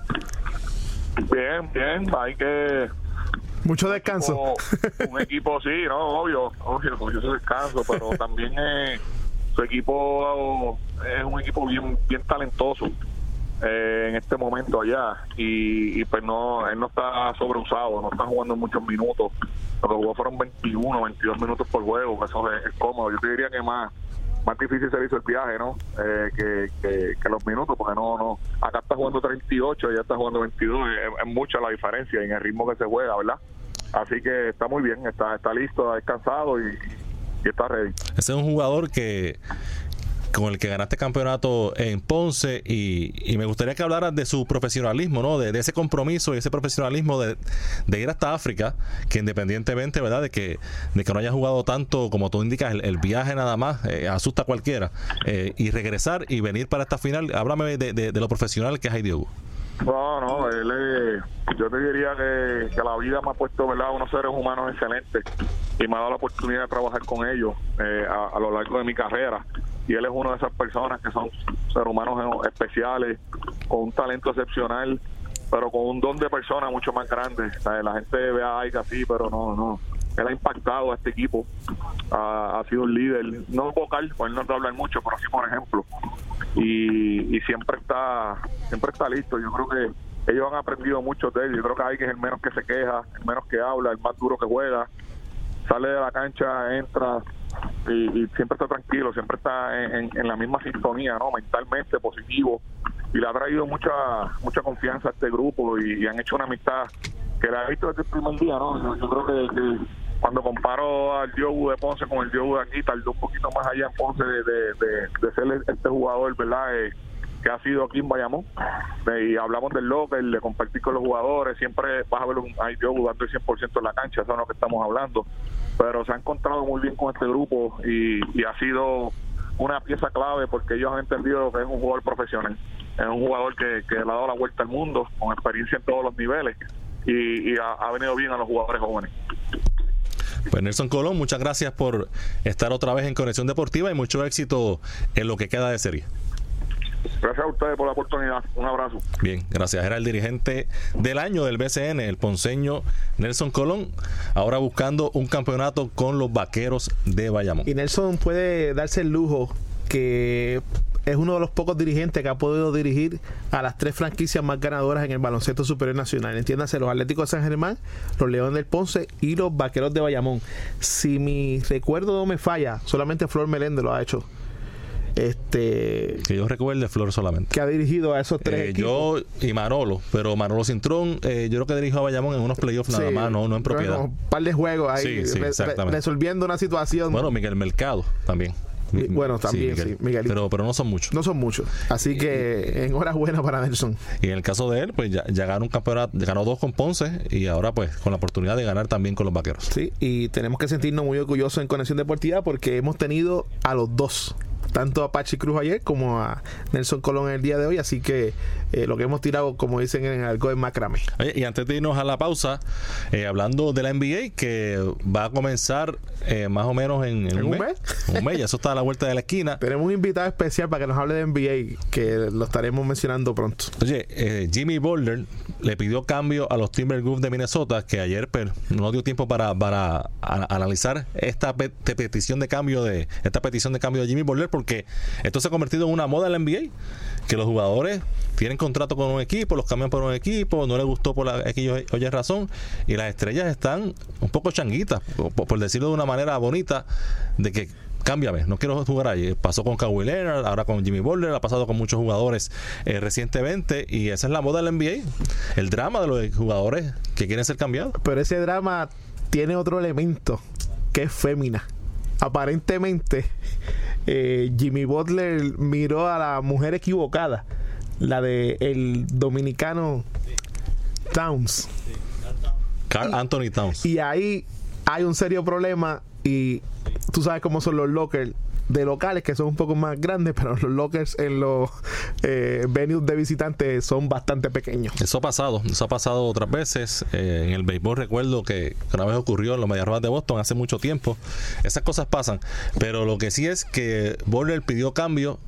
Bien, hay que... Mucho descanso. Un equipo, sí, no, obvio, mucho descanso, pero también su equipo es un equipo bien talentoso en este momento allá, y pues no, él no está sobreusado, no está jugando muchos minutos. Lo que jugó fueron 21, 22 minutos por juego, que eso es cómodo. Yo te diría que más difícil se le hizo el viaje, ¿no? Que los minutos, porque no acá está jugando 38, allá está jugando 22, es mucha la diferencia en el ritmo que se juega, ¿verdad? Así que está muy bien, está listo, ha descansado y está ready. Ese es un jugador con el que ganaste campeonato en Ponce, y me gustaría que hablaras de su profesionalismo, ¿no? De ese compromiso y ese profesionalismo de ir hasta África, que independientemente, ¿verdad?, de que no haya jugado tanto como tú indicas, el viaje nada más asusta a cualquiera, y regresar y venir para esta final. Háblame de lo profesional que es Aidiogu. No, yo te diría que la vida me ha puesto, ¿verdad?, unos seres humanos excelentes y me ha dado la oportunidad de trabajar con ellos a lo largo de mi carrera. Y él es una de esas personas que son seres humanos especiales, con un talento excepcional, pero con un don de persona mucho más grande. La gente ve a Aika así, pero no. Él ha impactado a este equipo, ha sido un líder, no vocal, pues él no te habla mucho, pero sí por ejemplo. Y siempre está listo. Yo creo que ellos han aprendido mucho de él. Yo creo que Aika es el menos que se queja, el menos que habla, el más duro que juega. Sale de la cancha, entra y siempre está tranquilo, siempre está en la misma sintonía, ¿no? Mentalmente positivo, y le ha traído mucha confianza a este grupo y han hecho una amistad que la he visto desde el primer día, ¿no? Yo creo que cuando comparo al Diogu de Ponce con el Diogu de aquí, tardó un poquito más allá en Ponce de ser este jugador, ¿verdad?, que ha sido aquí en Bayamón, y hablamos del locker, de compartir con los jugadores. Siempre vas a ver un Diogu dando el 100% en la cancha, eso es lo que estamos hablando, pero se ha encontrado muy bien con este grupo y ha sido una pieza clave, porque ellos han entendido que es un jugador profesional, es un jugador que le ha dado la vuelta al mundo, con experiencia en todos los niveles, y ha venido bien a los jugadores jóvenes. Pues Nelson Colón, muchas gracias por estar otra vez en Conexión Deportiva y mucho éxito en lo que queda de serie. Gracias a ustedes por la oportunidad. Un abrazo. Bien, gracias. Era el dirigente del año del BCN, el ponceño Nelson Colón, ahora buscando un campeonato con los Vaqueros de Bayamón. Y Nelson puede darse el lujo, que es uno de los pocos dirigentes que ha podido dirigir a las 3 franquicias más ganadoras en el baloncesto superior nacional. Entiéndase, los Atléticos de San Germán, los Leones del Ponce y los Vaqueros de Bayamón. Si mi recuerdo no me falla, solamente Flor Meléndez lo ha hecho. Que yo recuerde, Flor solamente. Que ha dirigido a esos 3 equipos. Yo y Manolo, pero Manolo Cintrón, yo creo que dirigió a Bayamón en unos playoffs nada más, no en propiedad. Un par de juegos ahí, resolviendo una situación. Bueno, Miguel Mercado también. Bueno, también, sí, Miguel. Pero no son muchos. No son muchos. Así que enhorabuena para Nelson. Y en el caso de él, pues ya ganó un campeonato, ganó 2 con Ponce y ahora pues con la oportunidad de ganar también con los Vaqueros. Sí, y tenemos que sentirnos muy orgullosos en Conexión Deportiva porque hemos tenido a los 2 tanto a Pachi Cruz ayer como a Nelson Colón el día de hoy, así que lo que hemos tirado, como dicen en algo de macramé. Oye, y antes de irnos a la pausa, hablando de la NBA, que va a comenzar más o menos en un mes. Un mes, ya eso está a la vuelta de la esquina. Tenemos un invitado especial para que nos hable de NBA, que lo estaremos mencionando pronto. Oye, Jimmy Butler le pidió cambio a los Timberwolves de Minnesota, que ayer no dio tiempo para analizar esta petición de cambio de Jimmy Butler, porque esto se ha convertido en una moda en la NBA, que los jugadores tienen contrato con un equipo, los cambian por un equipo, no les gustó por oye razón, y las estrellas están un poco changuitas, por decirlo de una manera bonita, de que cámbiame, no quiero jugar ahí. Pasó con Kawhi Leonard, ahora con Jimmy Butler, ha pasado con muchos jugadores recientemente, y esa es la moda del NBA, el drama de los jugadores que quieren ser cambiados. Pero ese drama tiene otro elemento, que es fémina. Aparentemente Jimmy Butler miró a la mujer equivocada, la de el dominicano Towns, Karl Anthony Towns, y ahí hay un serio problema. Y tú sabes cómo son los lockers de locales, que son un poco más grandes, pero los lockers en los venues de visitantes son bastante pequeños. Eso ha pasado otras veces. En el béisbol recuerdo que una vez ocurrió en los Medias Rojas de Boston hace mucho tiempo. Esas cosas pasan, pero lo que sí es que Butler pidió cambio.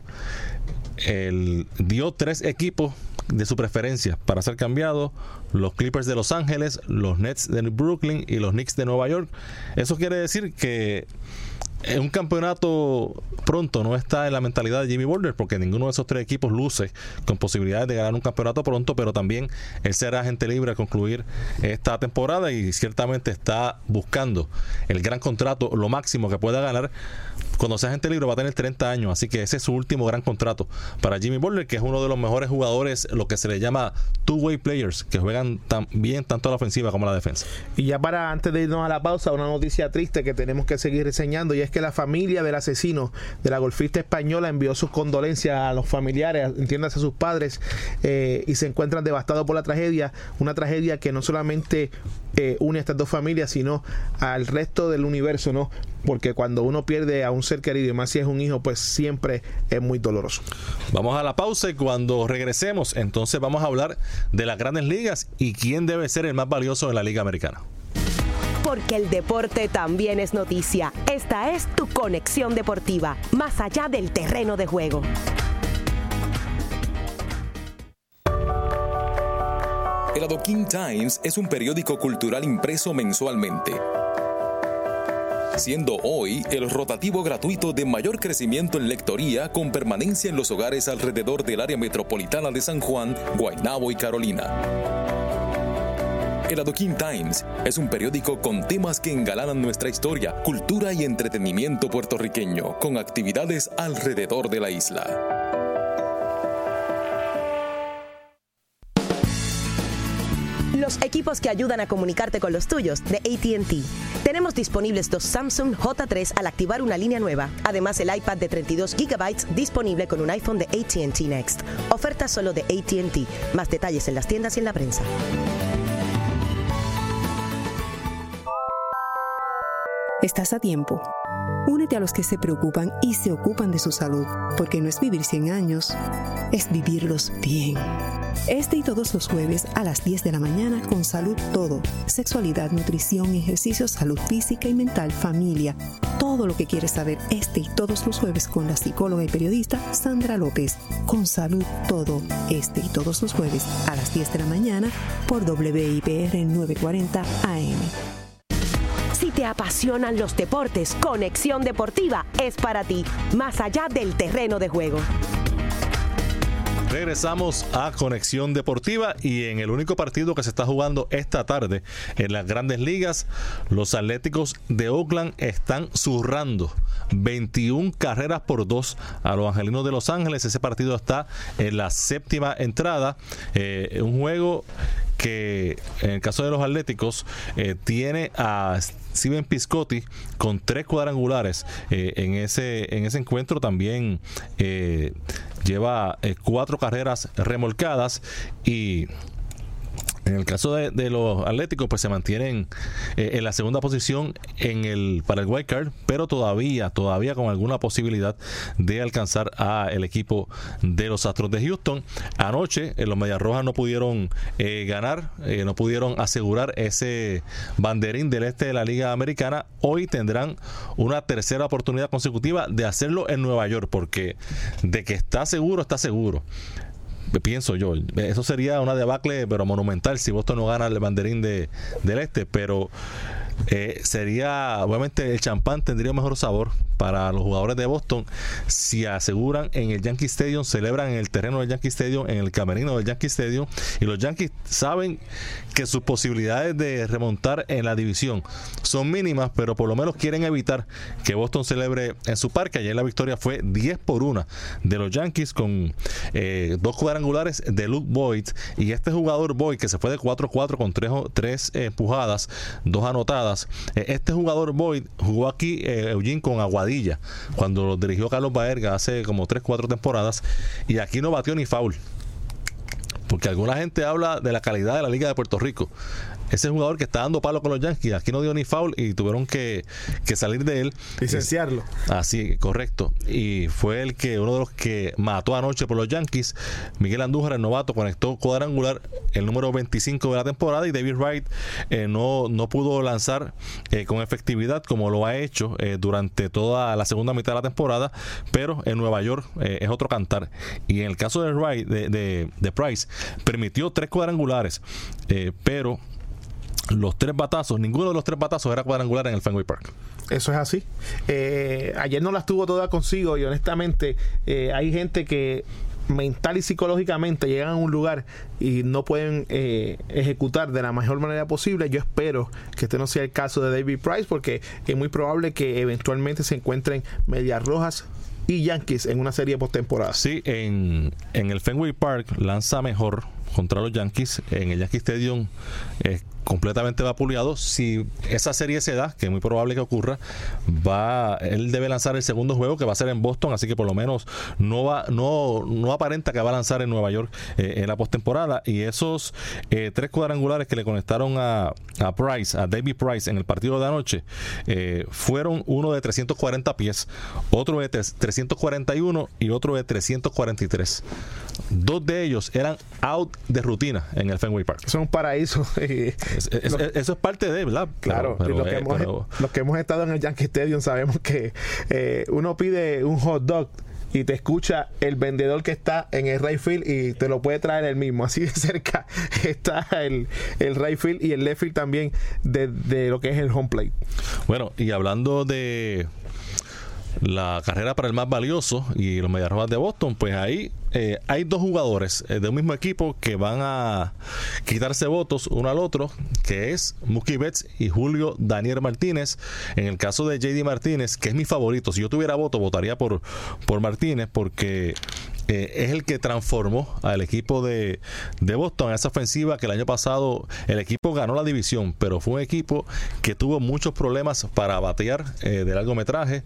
Él dio 3 equipos de su preferencia para ser cambiado: los Clippers de Los Ángeles, los Nets de Brooklyn y los Knicks de Nueva York. Eso quiere decir que un campeonato pronto no está en la mentalidad de Jimmy Butler, porque ninguno de esos 3 equipos luce con posibilidades de ganar un campeonato pronto, pero también él será agente libre al concluir esta temporada, y ciertamente está buscando el gran contrato, lo máximo que pueda ganar. Cuando sea agente libre va a tener 30 años, así que ese es su último gran contrato para Jimmy Butler, que es uno de los mejores jugadores, lo que se le llama two-way players, que juegan tan bien tanto a la ofensiva como a la defensa. Y ya para antes de irnos a la pausa, una noticia triste que tenemos que seguir reseñando, y es que la familia del asesino de la golfista española envió sus condolencias a los familiares, entiéndase a sus padres, y se encuentran devastados por la tragedia, una tragedia que no solamente une a estas 2 familias, sino al resto del universo, ¿no? Porque cuando uno pierde a un ser querido, y más si es un hijo, pues siempre es muy doloroso. Vamos a la pausa, y cuando regresemos, entonces vamos a hablar de las Grandes Ligas y quién debe ser el más valioso en la Liga Americana. Porque el deporte también es noticia. Esta es tu conexión deportiva, más allá del terreno de juego. El Adoquin Times es un periódico cultural impreso mensualmente, siendo hoy el rotativo gratuito de mayor crecimiento en lectoría, con permanencia en los hogares alrededor del área metropolitana de San Juan, Guaynabo y Carolina. El Adoquin Times es un periódico con temas que engalanan nuestra historia, cultura y entretenimiento puertorriqueño, con actividades alrededor de la isla. Los equipos que ayudan a comunicarte con los tuyos de AT&T. Tenemos disponibles 2 Samsung J3 al activar una línea nueva. Además, el iPad de 32 GB disponible con un iPhone de AT&T Next. Oferta solo de AT&T. Más detalles en las tiendas y en la prensa. Estás a tiempo. Únete a los que se preocupan y se ocupan de su salud, porque no es vivir 100 años, es vivirlos bien. Este y todos los jueves a las 10 de la mañana con Salud Todo. Sexualidad, nutrición, ejercicio, salud física y mental, familia. Todo lo que quieres saber este y todos los jueves con la psicóloga y periodista Sandra López. Con Salud Todo. Este y todos los jueves a las 10 de la mañana por WIPR 940 AM. Si te apasionan los deportes, Conexión Deportiva es para ti, más allá del terreno de juego. Regresamos a Conexión Deportiva, y en el único partido que se está jugando esta tarde en las Grandes Ligas, los Atléticos de Oakland están zurrando 21 carreras por 2 a los Angelinos de Los Ángeles. Ese partido está en la 7ª entrada. Un juego que en el caso de los Atléticos tiene a Steven Piscotty con 3 cuadrangulares en ese encuentro. También lleva 4 carreras remolcadas, y En el caso de los Atléticos, pues se mantienen en la segunda posición para el wild card, pero todavía con alguna posibilidad de alcanzar al equipo de los Astros de Houston. Anoche los Medias Rojas no pudieron ganar, no pudieron asegurar ese banderín del este de la Liga Americana. Hoy tendrán una tercera oportunidad consecutiva de hacerlo en Nueva York, porque de que está seguro, pienso yo. Eso sería una debacle pero monumental si Boston no gana el banderín del este, pero sería, obviamente el champán tendría un mejor sabor para los jugadores de Boston si aseguran en el Yankee Stadium, celebran en el terreno del Yankee Stadium, en el camerino del Yankee Stadium, y los Yankees saben que sus posibilidades de remontar en la división son mínimas, pero por lo menos quieren evitar que Boston celebre en su parque. Ayer la victoria fue 10-1 de los Yankees con 2 cuadrangulares de Luke Voit, y este jugador Voit, que se fue de 4-4 con 3 empujadas, 2 anotadas. Este jugador Voit jugó aquí, Eugene, con Aguadilla cuando lo dirigió Carlos Baerga hace como 3-4 temporadas, y aquí no batió ni foul, porque alguna gente habla de la calidad de la Liga de Puerto Rico. Ese jugador que está dando palo con los Yankees, aquí no dio ni foul y tuvieron que salir de él. Licenciarlo. Así, correcto. Y fue uno de los que mató anoche por los Yankees. Miguel Andújar, el novato, conectó cuadrangular, el número 25 de la temporada, y David Wright no pudo lanzar con efectividad como lo ha hecho durante toda la segunda mitad de la temporada, pero en Nueva York es otro cantar. Y en el caso de Wright, de Price, permitió 3 cuadrangulares, pero los 3 batazos, ninguno de los 3 batazos era cuadrangular en el Fenway Park. Eso es así. Ayer no las tuvo todas consigo, y honestamente hay gente que mental y psicológicamente llegan a un lugar y no pueden ejecutar de la mejor manera posible. Yo espero que este no sea el caso de David Price, porque es muy probable que eventualmente se encuentren Medias Rojas y Yankees en una serie postemporada. Sí, en el Fenway Park lanza mejor contra los Yankees. En el Yankee Stadium completamente vapuleado. Si esa serie se da, que es muy probable que ocurra, él debe lanzar el segundo juego, que va a ser en Boston, así que por lo menos no aparenta que va a lanzar en Nueva York en la postemporada. Y esos 3 cuadrangulares que le conectaron a David Price en el partido de anoche, fueron uno de 340 pies, otro de 341 y otro de 343. 2 de ellos eran out de rutina en el Fenway Park. Es un paraíso. Eso es parte de, ¿verdad? Claro, pero los que hemos estado en el Yankee Stadium sabemos que uno pide un hot dog y te escucha el vendedor que está en el right field y te lo puede traer él mismo. Así de cerca está el right field y el left field también de lo que es el home plate. Bueno, y hablando de la carrera para el más valioso y los Medias Rojas de Boston, pues ahí hay 2 jugadores de un mismo equipo que van a quitarse votos uno al otro, que es Mookie Betts y Julio Daniel Martínez. En el caso de JD Martínez, que es mi favorito, si yo tuviera voto, votaría por Martínez, porque es el que transformó al equipo de Boston a esa ofensiva que el año pasado el equipo ganó la división, pero fue un equipo que tuvo muchos problemas para batear de largometraje,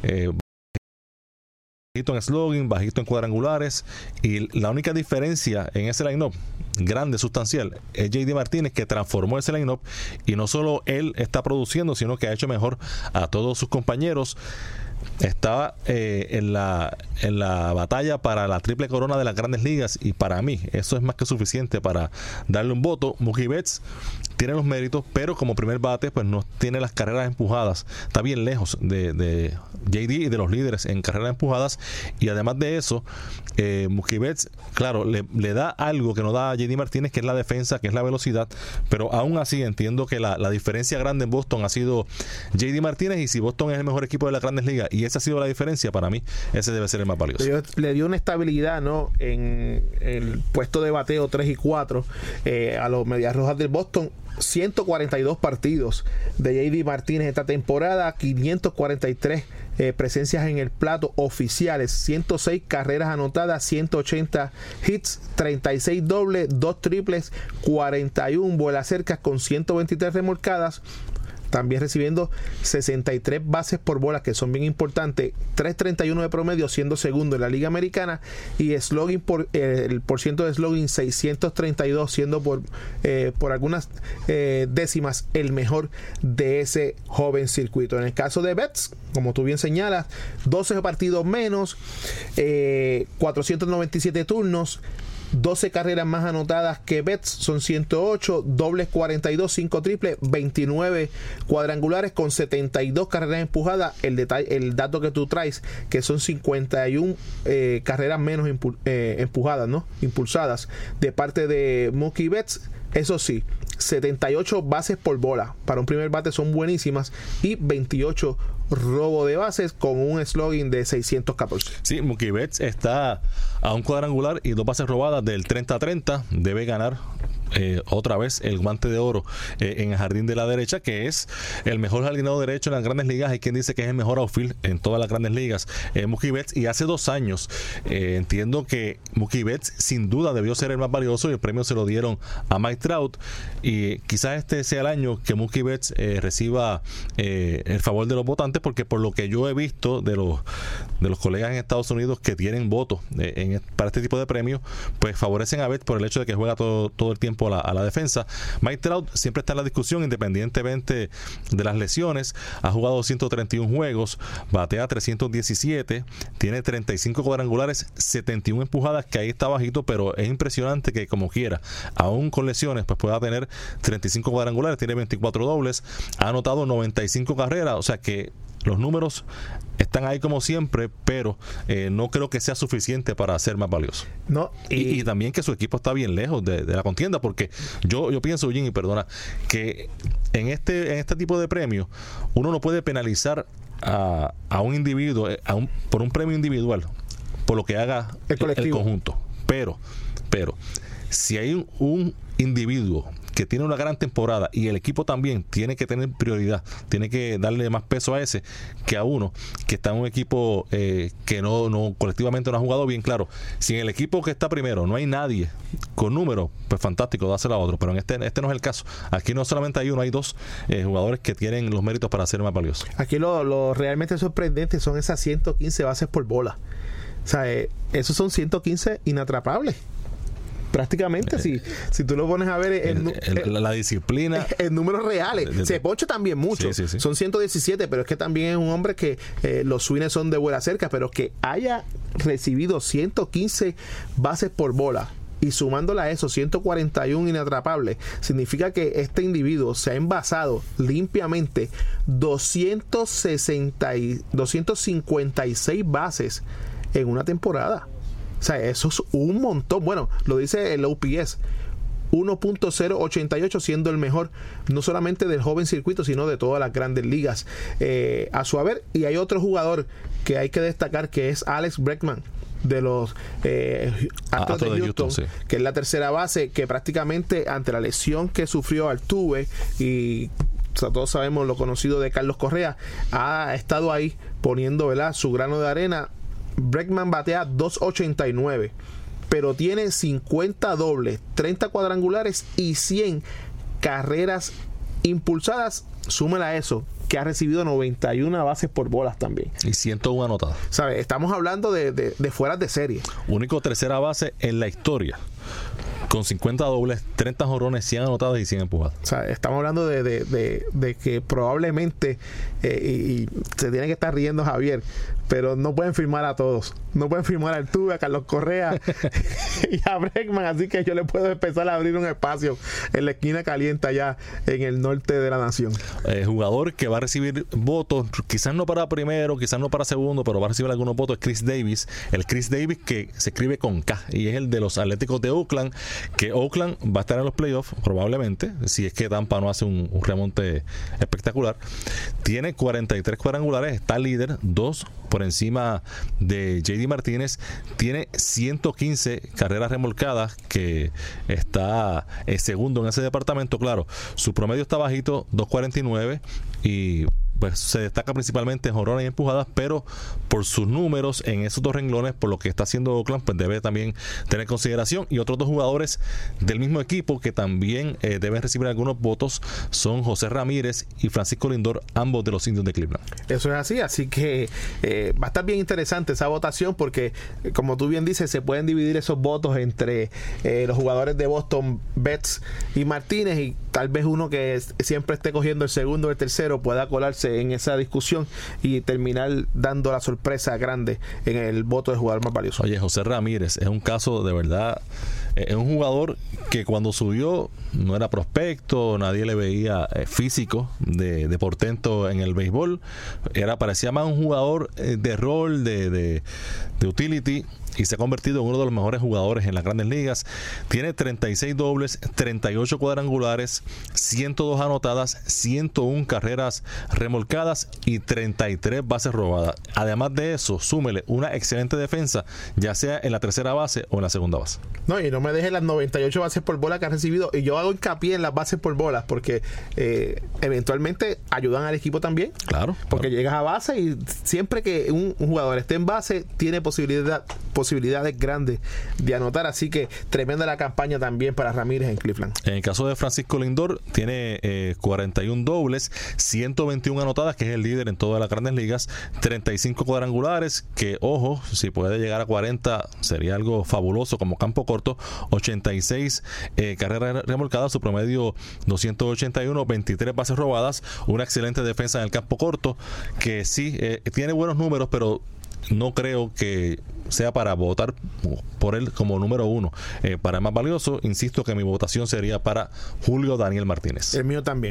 bajito en slugging, bajito en cuadrangulares, y la única diferencia en ese line-up grande, sustancial, es JD Martínez, que transformó ese line-up, y no solo él está produciendo, sino que ha hecho mejor a todos sus compañeros. Estaba en la batalla para la triple corona de las Grandes Ligas, y para mí eso es más que suficiente para darle un voto. Mookie Betts tiene los méritos, pero como primer bate pues no tiene las carreras empujadas, está bien lejos de JD y de los líderes en carreras empujadas, y además de eso Mookie Betts, claro, le da algo que no da a JD Martínez, que es la defensa, que es la velocidad, pero aún así entiendo que la diferencia grande en Boston ha sido JD Martínez, y si Boston es el mejor equipo de las Grandes Ligas y esa ha sido la diferencia, para mí ese debe ser el más valioso. Le dio una estabilidad, ¿no?, en el puesto de bateo 3 y 4 a los Medias Rojas del Boston. 142 partidos de JD Martínez esta temporada, 543 presencias en el plato oficiales, 106 carreras anotadas, 180 hits, 36 dobles, 2 triples, 41 vuelas cercas con 123 remolcadas. también recibiendo 63 bases por bola, que son bien importantes, 3.31 de promedio, siendo segundo en la Liga Americana, y slugging el porciento de slugging 632, siendo por algunas décimas el mejor de ese joven circuito. En el caso de Betts, como tú bien señalas, 12 partidos menos, 497 turnos, 12 carreras más anotadas que Betts, son 108, dobles 42, 5 triples, 29 cuadrangulares con 72 carreras empujadas. El dato que tú traes, que son 51 carreras menos empujadas, ¿no? Impulsadas de parte de Mookie Betts. Eso sí, 78 bases por bola para un primer bate son buenísimas, y 28 robo de bases con un slugging de 614. Sí, Mookie Betts está a un cuadrangular y 2 bases robadas del 30-30. Debe ganar otra vez el guante de oro en el jardín de la derecha, que es el mejor jardinero derecho en las grandes ligas. Hay quien dice que es el mejor outfield en todas las grandes ligas, Mookie Betts. Y hace 2 años entiendo que Mookie Betts sin duda debió ser el más valioso, y el premio se lo dieron a Mike Trout, y quizás este sea el año que Mookie Betts reciba el favor de los votantes, porque por lo que yo he visto de los colegas en Estados Unidos que tienen votos para este tipo de premios, pues favorecen a Betts por el hecho de que juega todo el tiempo a la defensa. Mike Trout siempre está en la discusión independientemente de las lesiones. Ha jugado 131 juegos, batea 317, tiene 35 cuadrangulares, 71 empujadas, que ahí está bajito, pero es impresionante que como quiera, aún con lesiones, pues pueda tener 35 cuadrangulares, tiene 24 dobles, ha anotado 95 carreras, o sea que los números están ahí como siempre, pero no creo que sea suficiente para ser más valioso. No, y también que su equipo está bien lejos de la contienda, porque yo pienso, Jimmy, perdona, que en este tipo de premios uno no puede penalizar a un individuo por un premio individual por lo que haga el conjunto. Pero si hay un individuo que tiene una gran temporada y el equipo también, tiene que tener prioridad, tiene que darle más peso a ese que a uno que está en un equipo que no colectivamente no ha jugado bien. Claro, si en el equipo que está primero no hay nadie con números, pues fantástico, dáselo a otro, pero en este no es el caso. Aquí no solamente hay uno, hay 2 jugadores que tienen los méritos para ser más valiosos. Aquí lo realmente sorprendente son esas 115 bases por bola. O sea, esos son 115 inatrapables. Prácticamente, si tú lo pones a ver la disciplina en números reales, se poncha también mucho, sí. Son 117, pero es que también es un hombre que los swings son de buena cerca, pero que haya recibido 115 bases por bola y sumándola a eso 141 inatrapables, significa que este individuo se ha envasado limpiamente 256 bases en una temporada. O sea, eso es un montón. Bueno, lo dice el OPS, 1.088, siendo el mejor no solamente del joven circuito, sino de todas las grandes ligas a su haber. Y hay otro jugador que hay que destacar, que es Alex Bregman, de los Astros de Houston, sí, que es la tercera base, que prácticamente ante la lesión que sufrió Altuve, y todos sabemos lo conocido de Carlos Correa, ha estado ahí poniendo, ¿verdad?, su grano de arena. Bregman batea 2.89, pero tiene 50 dobles, 30 cuadrangulares y 100 carreras impulsadas. Súmela a eso, que ha recibido 91 bases por bolas también. Y 101 anotadas. ¿Sabes? Estamos hablando de fueras de serie. Único tercera base en la historia con 50 dobles, 30 jonrones, 100 anotadas y 100 empujadas. O sea, estamos hablando de que probablemente, y se tiene que estar riendo Javier, pero no pueden firmar a todos. No pueden firmar a Altuve, a Carlos Correa y a Bregman, así que yo le puedo empezar a abrir un espacio en la esquina caliente allá en el norte de la nación. Jugador que va a recibir votos, quizás no para primero, quizás no para segundo, pero va a recibir algunos votos, es Chris Davis. El Chris Davis que se escribe con K y es el de los Atléticos de Oakland, que Oakland va a estar en los playoffs probablemente, si es que Tampa no hace un remonte espectacular. Tiene 43 cuadrangulares, está líder, 2 por encima de JD Martínez, tiene 115 carreras remolcadas, que está segundo en ese departamento. Claro, su promedio está bajito, 2.49, y pues se destaca principalmente en jonrones y empujadas, pero por sus números en esos dos renglones, por lo que está haciendo Oakland, pues debe también tener consideración. Y otros dos jugadores del mismo equipo que también deben recibir algunos votos son José Ramírez y Francisco Lindor, ambos de los Indios de Cleveland. Eso es así que va a estar bien interesante esa votación porque, como tú bien dices, se pueden dividir esos votos entre los jugadores de Boston, Betts y Martínez, y tal vez uno que siempre esté cogiendo el segundo o el tercero pueda colarse en esa discusión y terminar dando la sorpresa grande en el voto de jugador más valioso. Oye, José Ramírez es un caso de verdad. Es un jugador que cuando subió no era prospecto, nadie le veía físico de portento en el béisbol. Parecía más un jugador de rol, de utility, y se ha convertido en uno de los mejores jugadores en las Grandes Ligas. Tiene 36 dobles, 38 cuadrangulares, 102 anotadas, 101 carreras remolcadas y 33 bases robadas. Además de eso, súmele una excelente defensa, ya sea en la tercera base o en la segunda base. No, y no me deje las 98 bases por bola que ha recibido, y yo hago hincapié en las bases por bolas porque eventualmente ayudan al equipo también. Claro. Porque llegas a base y siempre que un jugador esté en base tiene posibilidades grandes de anotar, así que tremenda la campaña también para Ramírez en Cleveland. En el caso de Francisco Lindor, tiene 41 dobles, 121 anotadas, que es el líder en todas las Grandes Ligas, 35 cuadrangulares, que ojo, si puede llegar a 40 sería algo fabuloso como campo corto, 86 carreras remolcadas, su promedio 281, 23 bases robadas, una excelente defensa en el campo corto, que sí, tiene buenos números, pero no creo que sea para votar por él como número uno. Para el más valioso, insisto que mi votación sería para Julio Daniel Martínez. El mío también.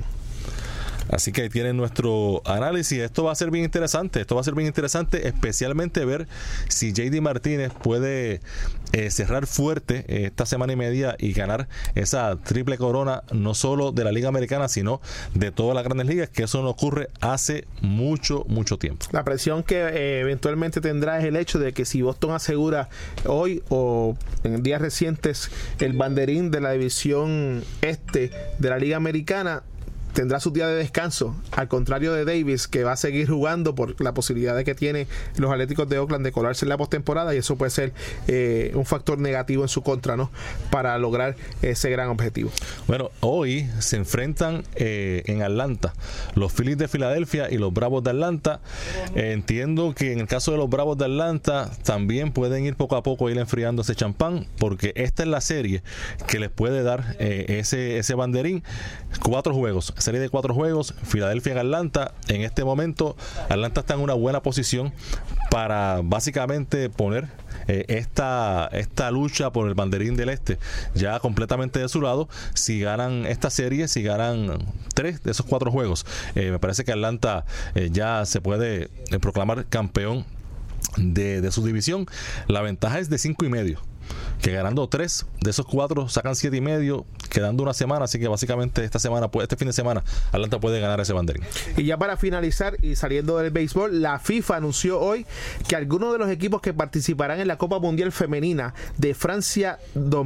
Así que ahí tienen nuestro análisis. Esto va a ser bien interesante. Especialmente ver si JD Martínez puede cerrar fuerte esta semana y media y ganar esa triple corona, no solo de la Liga Americana, sino de todas las Grandes Ligas, que eso no ocurre hace mucho tiempo. La presión que eventualmente tendrá es el hecho de que si Boston asegura hoy o en días recientes el banderín de la división este de la Liga Americana, tendrá su día de descanso, al contrario de Davis, que va a seguir jugando por la posibilidad de que tiene los Atléticos de Oakland de colarse en la postemporada, y eso puede ser un factor negativo en su contra, ¿no?, para lograr ese gran objetivo. Bueno, hoy se enfrentan en Atlanta los Phillies de Filadelfia y los Bravos de Atlanta. Entiendo que en el caso de los Bravos de Atlanta también pueden ir poco a poco ir enfriando ese champán, porque esta es la serie que les puede dar ese banderín. 4 juegos, serie de 4 juegos, Filadelfia en Atlanta. En este momento Atlanta está en una buena posición para básicamente poner esta lucha por el banderín del este ya completamente de su lado. Si ganan esta serie, si ganan 3 de esos 4 juegos, me parece que Atlanta ya se puede proclamar campeón de su división. La ventaja es de 5.5, que ganando 3 de esos 4 sacan 7.5, quedando una semana, así que básicamente este fin de semana Atlanta puede ganar ese banderín. Y ya para finalizar y saliendo del béisbol, la FIFA anunció hoy que algunos de los equipos que participarán en la Copa Mundial Femenina de Francia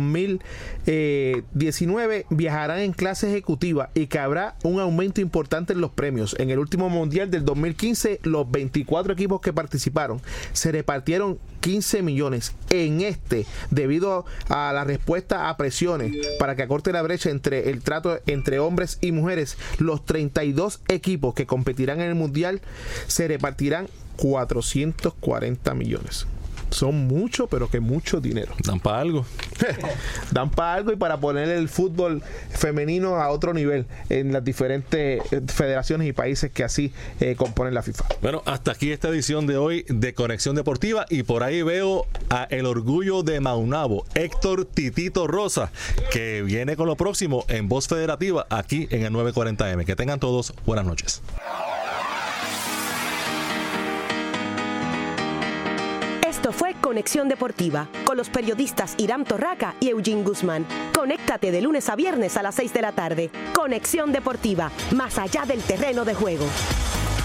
2019 viajarán en clase ejecutiva y que habrá un aumento importante en los premios. En el último Mundial del 2015, los 24 equipos que participaron se repartieron 15 millones. En este, debido a la respuesta a presiones para que acorte la brecha entre el trato entre hombres y mujeres, los 32 equipos que competirán en el Mundial se repartirán 440 millones. Son mucho, pero que mucho dinero. Dan para algo. Dan para algo, y para poner el fútbol femenino a otro nivel en las diferentes federaciones y países que así componen la FIFA. Bueno, hasta aquí esta edición de hoy de Conexión Deportiva, y por ahí veo a el orgullo de Maunabo, Héctor Titito Rosa, que viene con lo próximo en Voz Federativa aquí en el 940M. Que tengan todos buenas noches. Esto fue Conexión Deportiva con los periodistas Irán Torraca y Eugene Guzmán. Conéctate de lunes a viernes a las 6 de la tarde. Conexión Deportiva, más allá del terreno de juego.